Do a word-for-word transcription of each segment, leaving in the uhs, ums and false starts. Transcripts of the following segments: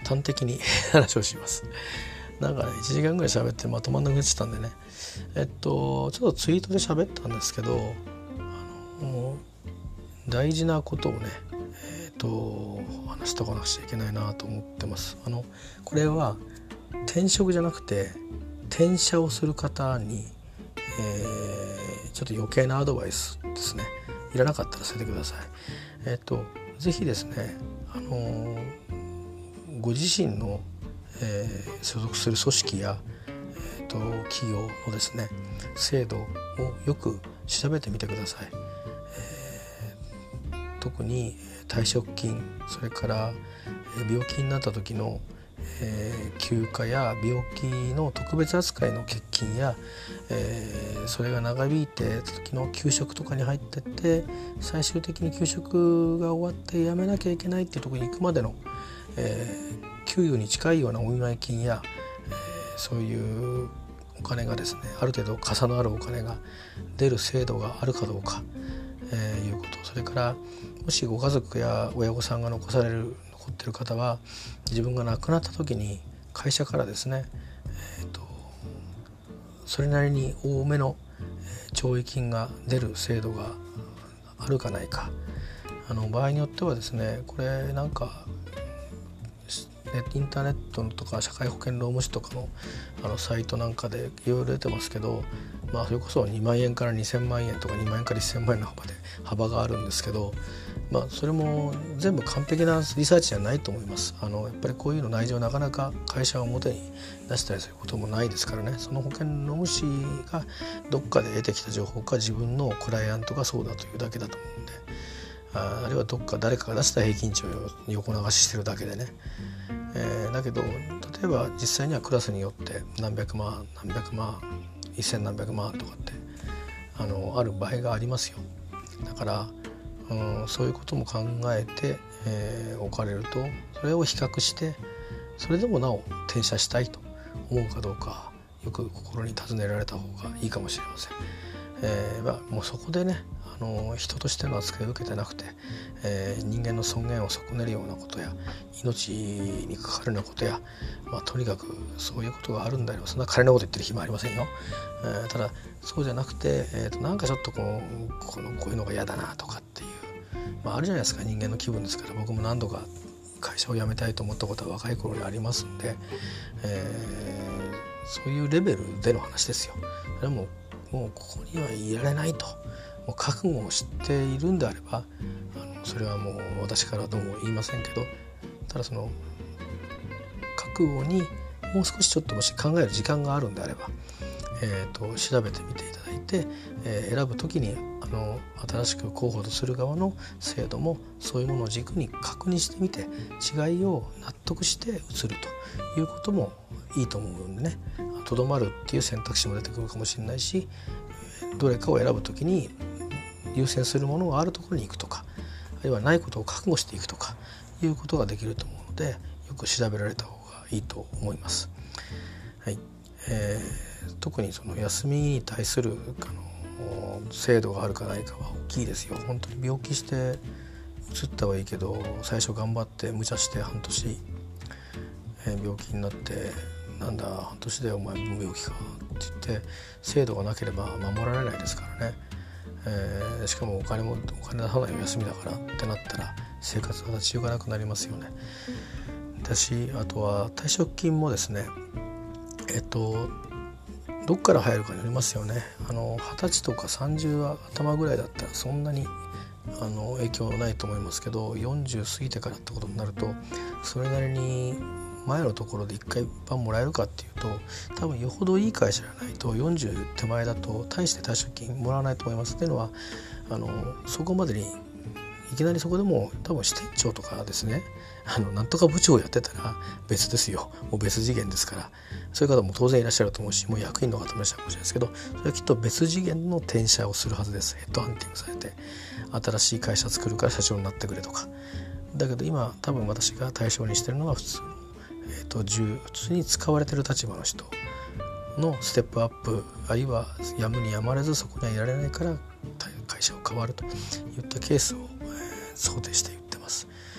端的に話をします。なんかねいちじかんぐらい喋ってまとまんなくなっちゃったんでね、えっとちょっとツイートで喋ったんですけど、あの大事なことをねえっと話しておかなくちゃいけないなと思ってます。あのこれは転職じゃなくて転社をする方に、えー、ちょっと余計なアドバイスですね。いらなかったら捨ててください。えっとぜひですね、あのー、ご自身の、えー、所属する組織や、えー、と企業のですね制度をよく調べてみてください。えー、特に退職金、それから病気になった時のえー、休暇や病気の特別扱いの欠勤や、えー、それが長引いて時の休職とかに入ってって最終的に休職が終わって辞めなきゃいけないっていうところに行くまでの、えー、給与に近いようなお見舞い金や、えー、そういうお金がですねある程度かさのあるお金が出る制度があるかどうか、えー、いうこと、それからもしご家族や親御さんが残される残っている方は自分が亡くなった時に会社からですね、えーと、それなりに多めの懲役金が出る制度があるかないか、あの場合によってはですね、これなんかインターネットとか社会保険労務士とかのあのサイトなんかでいろいろ出てますけど、まあそれこそにまんえんからにせんまんえんとかにまんえんからせんまんえんの幅で幅があるんですけど、まあそれも全部完璧なリサーチじゃないと思います。あのやっぱりこういうの内情なかなか会社は表に出したりすることもないですからね。その保険労務士がどっかで得てきた情報か自分のクライアントがそうだというだけだと思うんで、あ, あるいはどっか誰かが出した平均値を横流ししてるだけでね、えー、だけど例えば実際にはクラスによって何百万何百万一千何百万とかってあのある場合がありますよ。だから、うん、そういうことも考えて、えー、置かれるとそれを比較してそれでもなお転写したいと思うかどうかよく心に尋ねられた方がいいかもしれません。えーまあ、もうそこでねあの人としての扱いを受けてなくて、えー、人間の尊厳を損ねるようなことや命にかかるようなことや、まあ、とにかくそういうことがあるんだよ。そんな金のこと言ってる暇ありませんよ。えー、ただそうじゃなくて、えー、となんかちょっとこうこのこういうのが嫌だなとかっていう、まあ、あるじゃないですか。人間の気分ですから。僕も何度か会社を辞めたいと思ったことは若い頃にありますんで、えー、そういうレベルでの話ですよ。でももうここにはいられないともう覚悟を知っているんであればあのそれはもう私からどうも言いませんけど、ただその覚悟にもう少しちょっともし考える時間があるんであれば、えー、と調べてみていただいて、えー、選ぶときにあの新しく候補とする側の制度もそういうものを軸に確認してみて違いを納得して移るということもいいと思うんでね、とどまるっていう選択肢も出てくるかもしれないし、どれかを選ぶときに優先するものがあるところに行くとか、あるいはないことを覚悟していくとかいうことができると思うので、よく調べられた方がいいと思います。はい、えー、特にその休みに対するあの制度があるかないかは大きいですよ。本当に病気して移ったはいいけど最初頑張って無茶して半年、えー、病気になってなんだ半年でお前無病気かって言って制度がなければ守られないですからね。えー、しかもお金もお金出さない休みだからってなったら生活が立ち行かなくなりますよね。だしあとは退職金もですね、えっとどっから入るかによりますよね。あのはたちとかさんじゅう頭ぐらいだったらそんなにあの影響ないと思いますけど、よんじゅう過ぎてからってことになるとそれなりに前のところでいっかいパンもらえるかっていうと多分よほどいい会社じゃないとよんじゅう手前だと大して退職金もらわないと思います。っていうのはあのそこまでにいきなりそこでも多分支店長とかですね、あのなんとか部長をやってたら別ですよ。もう別次元ですから、そういう方も当然いらっしゃると思うし、もう役員の方もいらっしゃるかもしれないですけど、それはきっと別次元の転社をするはずです。ヘッドハンティングされて新しい会社作るから社長になってくれとか。だけど今多分私が対象にしてるのは普通えー、と普通に使われている立場の人のステップアップ、あるいはやむにやまれずそこにはいられないから会社を変わるといったケースを、えー、想定して言ってます。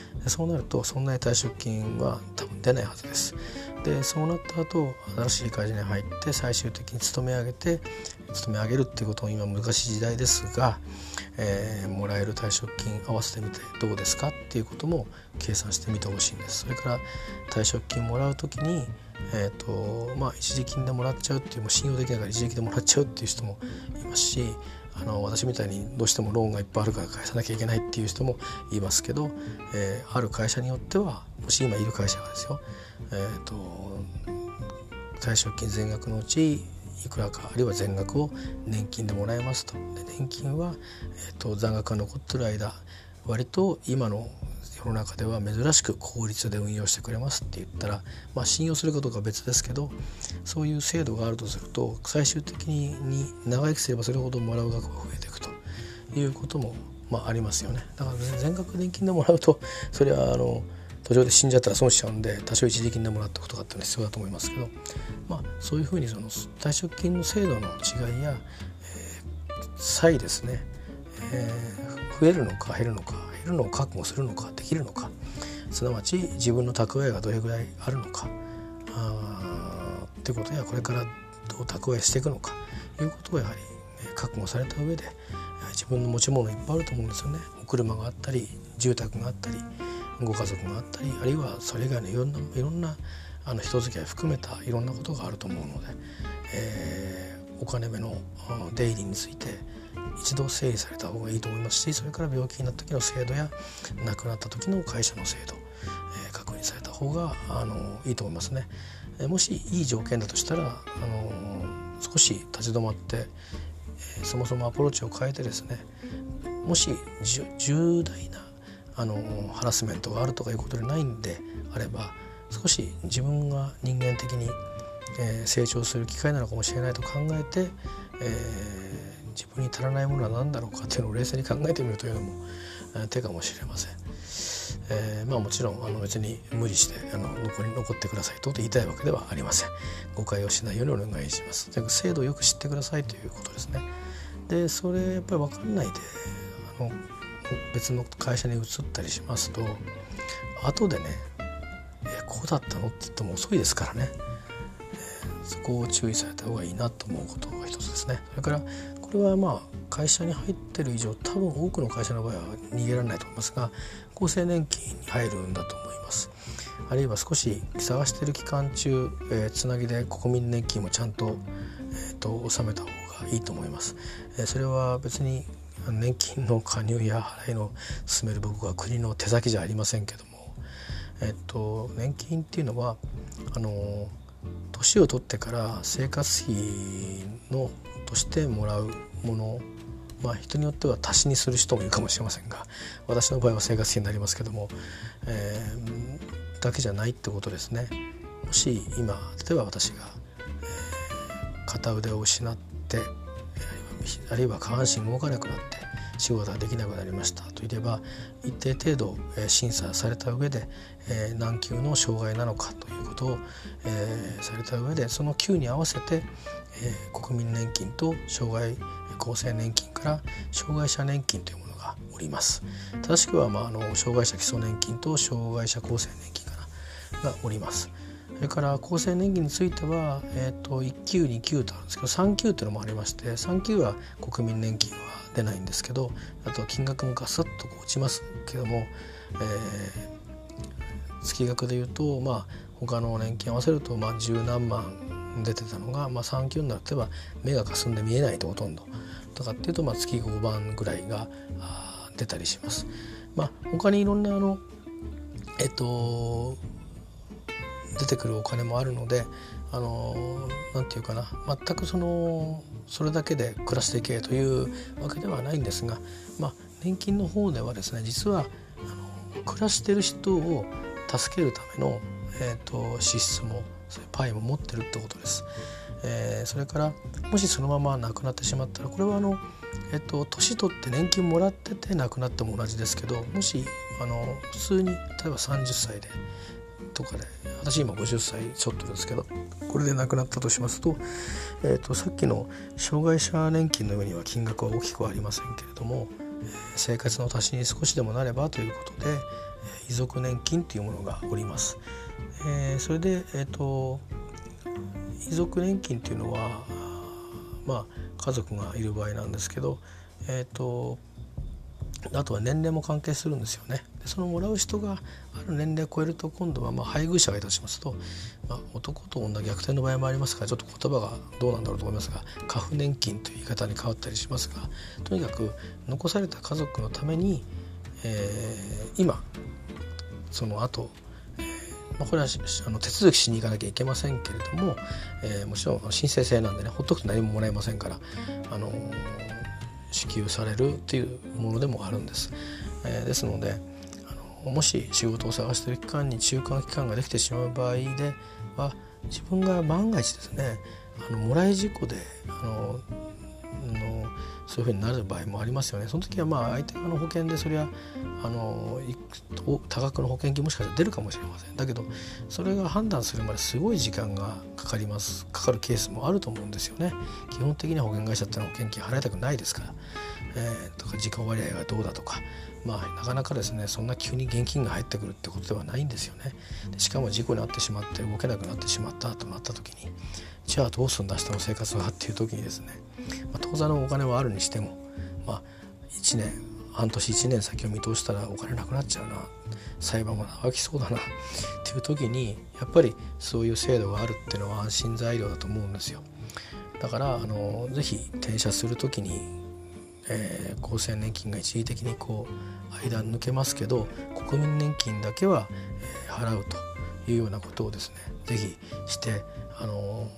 でそうなるとそんなに退職金は多分出ないはずです。でそうなった後新しい会社に入って最終的に勤め上げて勤め上げるっていうことも今難しい時代ですが、えー、もらえる退職金合わせてみてどうですかっていうことも計算してみてほしいんです。それから退職金もらうときに、えーとまあ、一時金でもらっちゃうっていうもう信用できないから一時金でもらっちゃうっていう人もいますし、あの私みたいにどうしてもローンがいっぱいあるから返さなきゃいけないっていう人もいますけど、えー、ある会社によってはもし今いる会社がですよ、えーと退職金全額のうちいくらかあるいは全額を年金でもらえますと。で年金は、えーと残額が残ってる間割と今の世の中では珍しく効率で運用してくれますって言ったら、まあ、信用するかどうかは別ですけど、そういう制度があるとすると最終的に長生きすればそれほどもらう額が増えていくということも、まあ、ありますよね。だから、ね、全額年金でもらうとそれはあの途中で死んじゃったら損しちゃうんで多少一時金でもらっておくとかっていうのは必要だと思いますけど、まあ、そういうふうにその退職金の制度の違いや、えー、差異ですね、えー、増えるのか減るのか減るのを覚悟するのかできるのか、すなわち自分の蓄えがどれぐらいあるのかあってことやこれからどう蓄えしていくのかいうことをやはり覚悟された上で自分の持ち物いっぱいあると思うんですよね。お車があったり住宅があったりご家族があったりあるいはそれ以外のいろんないろんなあの人付き合い含めたいろんなことがあると思うので、えー、お金目の出入りについて一度整理された方がいいと思いますし、それから病気になった時の制度や亡くなった時の会社の制度、えー、確認された方があのいいと思いますね。えー、もしいい条件だとしたら、あのー、少し立ち止まって、えー、そもそもアプローチを変えてですね、もし重大なあのハラスメントがあるとかいうことでないんであれば少し自分が人間的に、えー、成長する機会なのかもしれないと考えて、えー、自分に足らないものは何だろうかっていうのを冷静に考えてみるというのも、えー、手かもしれません。えー、まあもちろんあの別に無理してあの残り残ってくださいと言いたいわけではありません。誤解をしないようにお願いします。制度をよく知ってくださいということですね。でそれやっぱり分かんないであの別の会社に移ったりしますと後でねえこうだったのって言っても遅いですからね、えー、そこを注意された方がいいなと思うことが一つですね。それからこれはまあ会社に入ってる以上多分多くの会社の場合は逃げられないと思いますが厚生年金に入るんだと思います。あるいは少し探している期間中、えー、つなぎで国民年金もちゃんと、えー、と納めた方がいいと思います。えー、それは別に年金の加入や払いの進める僕は国の手先じゃありませんけども、えっと、年金っていうのはあの年を取ってから生活費のとしてもらうもの、まあ人によっては足しにする人もいるかもしれませんが私の場合は生活費になりますけども、えー、だけじゃないってことですね。もし今例えば私が、えー、片腕を失ってあるいは下半身動かなくなって仕事ができなくなりましたといえば一定程度審査された上で何級の障害なのかということをされた上でその級に合わせて国民年金と障害厚生年金から障害者年金というものがおります。正しくは、まあ、あの障害者基礎年金と障害者厚生年金がおります。それから厚生年金については、えー、といっ級に級とあるんですけどさん級というのもありましてさん級は国民年金は出ないんですけどあと金額もガスッと落ちますけども、えー、月額でいうと、まあ、他の年金合わせるとまあ十何万出てたのが、まあ、さん級になっては目がかすんで見えないとほとんどとかっていうと、まあ、月ごばんぐらいが出たりします。まあ、他にいろんなあのえっと出てくるお金もあるのであのなんていうかな全くそのそれだけで暮らしていけというわけではないんですが、まあ、年金の方ではですね実はあの暮らしている人を助けるための、えーと、支出もそういうパイも持ってるってことです。えー、それからもしそのまま亡くなってしまったらこれはあの、えーと、年取って年金もらってて亡くなっても同じですけどもしあの普通に例えばさんじゅっさいでとかで私今ごじゅっさいちょっとですけどこれで亡くなったとしますと、えーと、さっきの障害者年金のようには金額は大きくはありませんけれども、えー、生活の足しに少しでもなればということで、 遺族年金というものがおります。えー、それで、えーと、遺族年金というのは、まあ、家族がいる場合なんですけど、えーと、あとは年齢も関係するんですよね。でそのもらう人がある年齢を超えると、今度はまあ配偶者がいたとしますと、まあ、男と女逆転の場合もありますから、ちょっと言葉がどうなんだろうと思いますが、家父年金という言い方に変わったりしますが、とにかく残された家族のために、えー、今その後、えーまあ、これはあの手続きしに行かなきゃいけませんけれども、えー、もちろん申請制なんでね、ほっとくと何ももらえませんから、あのー、支給されるというものでもあるんです。えー、ですので、あのもし仕事を探している期間に中間期間ができてしまう場合では、自分が万が一ですね、あのもらい事故であののそういうふうになる場合もありますよね。その時はまあ相手側の保険でそれはあの多額の保険金もしかしたら出るかもしれません。だけどそれが判断するまですごい時間がかかりますかかるケースもあると思うんですよね。基本的には保険会社ってのは保険金払いたくないですから、えー、とか時間割合がどうだとか、まあなかなかですね、そんな急に現金が入ってくるってことではないんですよね。でしかも事故に遭ってしまって動けなくなってしまったとなった時に、じゃあどうするんだ明日の生活はっていう時にですね、まあ、当座のお金はあるにしても、まあ、いちねん半年いちねん先を見通したらお金なくなっちゃうな、裁判も長きそうだなっていう時に、やっぱりそういう制度があるっていうのは安心材料だと思うんですよ。だからあのぜひ転社する時に、えー、厚生年金が一時的にこう間抜けますけど、国民年金だけは、えー、払うというようなことをですね、ぜひしてあの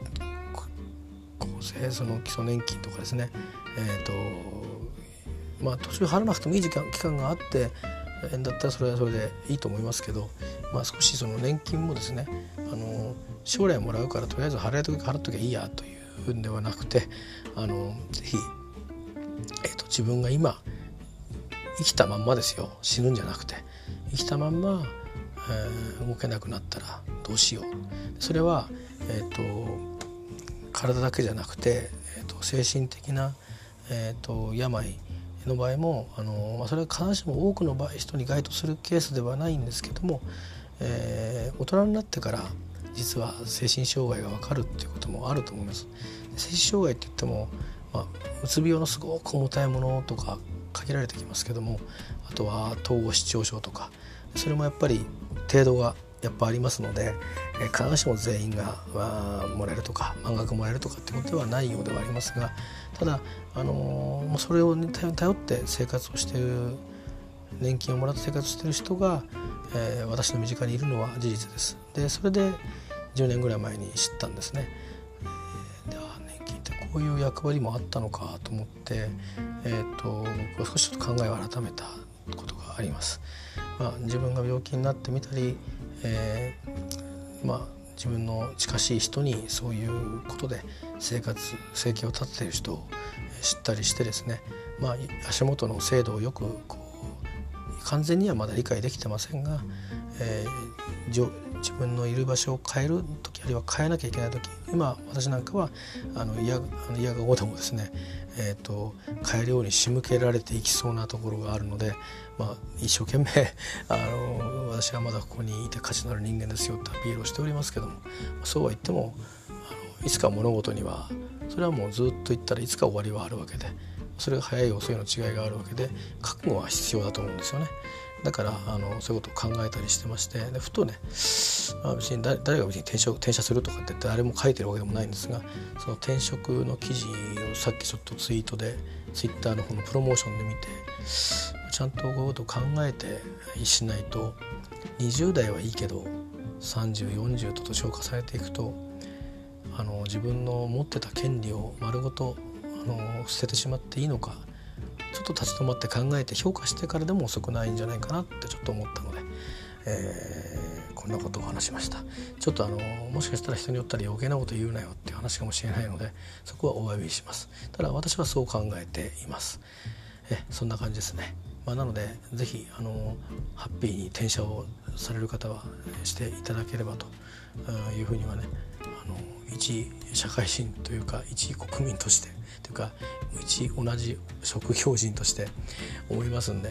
厚生その基礎年金とかですね、えーとまあ、途中払わなくてもいい時間期間があってだったらそれはそれでいいと思いますけど、まあ、少しその年金もですね、あの将来もらうからとりあえず払えとき払っときゃいいやというんではなくて、あのぜひ、えーと自分が今生きたまんまですよ、死ぬんじゃなくて生きたまんま、えー、動けなくなったらどうしよう。それは、えーと体だけじゃなくて、えー、と精神的な、えー、と病の場合もあの、まあ、それは必ずしも多くの場合人に該当するケースではないんですけども、えー、大人になってから実は精神障害が分かるっていうこともあると思います。精神障害って言っても、まあ、うつ病のすごく重たいものとか限られてきますけども、あとは統合失調症とか、それもやっぱり程度がやっぱありますので、えー、必ずしも全員が、まあ、もらえるとか満額もらえるとかってことではないようではありますが、ただ、あのー、もうそれを、ね、頼って生活をしている、年金をもらって生活している人が、えー、私の身近にいるのは事実です。でそれでじゅうねんぐらい前に知ったんですね。えー、で年金ってこういう役割もあったのかと思って、えー、と僕は少しちょっと考えを改めたことがあります。まあ、自分が病気になってみたり、えー、まあ自分の近しい人にそういうことで生活生計を立てている人を知ったりしてですね、まあ、足元の制度をよくこう完全にはまだ理解できてませんが、えー、自分のいる場所を変える時、あるいは変えなきゃいけない時、今私なんかはあのいやいやがごでもですね、えー、と変えるように仕向けられていきそうなところがあるので、まあ、一生懸命あの私はまだここにいて価値のある人間ですよってアピールをしておりますけども、そうは言ってもあのいつか物事にはそれはもうずっと言ったらいつか終わりはあるわけで、それが早い遅いの違いがあるわけで、覚悟は必要だと思うんですよね。だからあのそういうことを考えたりしてまして、でふとね、まあ、別に 誰, 誰が別に転職転社するとかって誰も書いてるわけでもないんですが、その転職の記事をさっきちょっとツイートでツイッターの方のプロモーションで見て、ちゃんとこういうことを考えてしないと、にじゅう代はいいけどさんじゅう、よんじゅうと年を重ねていくと、あの自分の持ってた権利を丸ごとあの捨ててしまっていいのか、ちょっと立ち止まって考えて評価してからでも遅くないんじゃないかなってちょっと思ったので、えー、こんなことを話しました。ちょっとあのもしかしたら人によったら余計なこと言うなよっていう話かもしれないので、そこはお詫びします。ただ私はそう考えています。えそんな感じですね。まあ、なのでぜひあのハッピーに転社をされる方はしていただければというふうにはね、あの一社会人というか一国民としてというか一同じ職業人として思いますんで、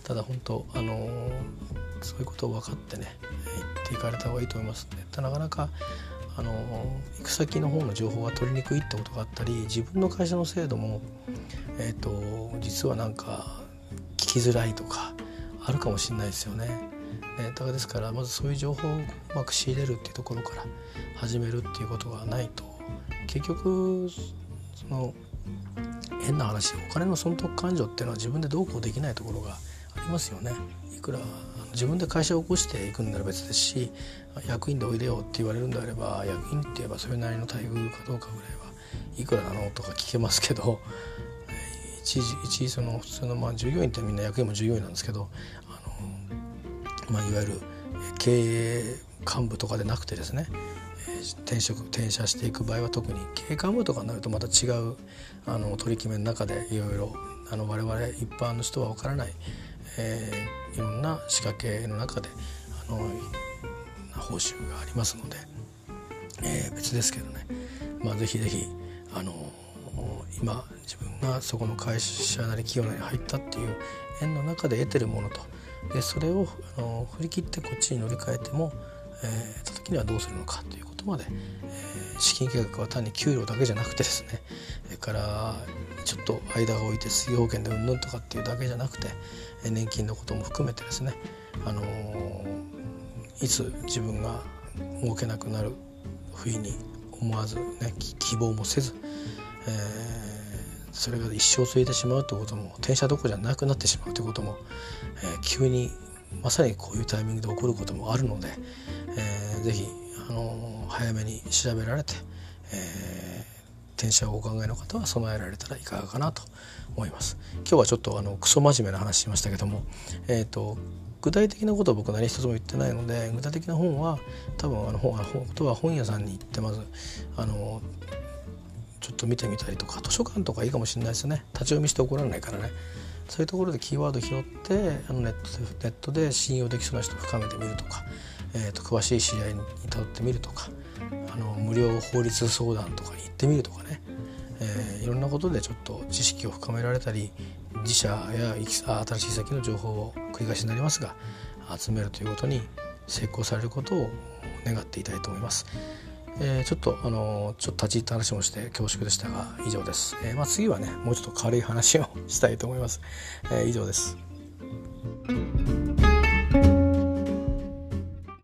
ただ本当あのそういうことを分かってね言っていかれた方がいいと思いますので、なかなかあの行く先の方の情報が取りにくいってことがあったり、自分の会社の制度も、えーと、実はなんか聞きづらいとかあるかもしれないですよね。ね、だからですからまずそういう情報をうまく仕入れるっていうところから始めるっていうことがないと、結局その変な話、お金の損得感情っていうのは自分でどうこうできないところがありますよね。いくら自分で会社を起こしていくんなら別ですし、役員でおいでよって言われるんであれば、役員って言えばそれなりの待遇かどうかぐらいはいくらなのとか聞けますけど、一時一時その普通のまあ従業員ってみんな役員も従業員なんですけど、あの、まあ、いわゆる経営幹部とかでなくてですね、転職転社していく場合は特に経営幹部とかになるとまた違うあの取り決めの中でいろいろあの我々一般の人は分からない、えー、いろんな仕掛けの中であの報酬がありますので、えー、別ですけどね、まあ、ぜひぜひあの今自分がそこの会社なり企業なりに入ったっていう縁の中で得てるものと、でそれをあの振り切ってこっちに乗り換えても、えー、た時にはどうするのかということまで、えー、資金計画は単に給料だけじゃなくてですね、それからちょっと間が置いて失業保険でうんぬんとかっていうだけじゃなくて、年金のことも含めてですね、あのー、いつ自分が儲けなくなる不意に思わず、ね、希望もせず、えー、それが一生続いてしまうということも、転社どころじゃなくなってしまうということも、えー、急にまさにこういうタイミングで起こることもあるので、えー、ぜひ、あのー、早めに調べられて、えー転社をお考えの方は備えられたらいかがかなと思います。今日はちょっとあのクソ真面目な話しましたけども、えーと、具体的なことは僕何一つも言ってないので、具体的な本は多分あの本ことは本屋さんに行ってまずあのちょっと見てみたりとか、図書館とかいいかもしれないですね。立ち読みして怒らないからね。そういうところでキーワード拾ってあのネットで、ネットで信用できそうな人を深めてみるとか、えーと、詳しい知り合いに頼ってみるとか、あの無料法律相談とかに行ってみるとかね、えー、いろんなことでちょっと知識を深められたり、自社や新しい先の情報を繰り返しになりますが集めるということに成功されることを願っていたいと思います。えー、ちょっとあのちょっと立ち入った話もして恐縮でしたが以上です。えーまあ、次はねもうちょっと軽い話をしたいと思います。えー、以上です。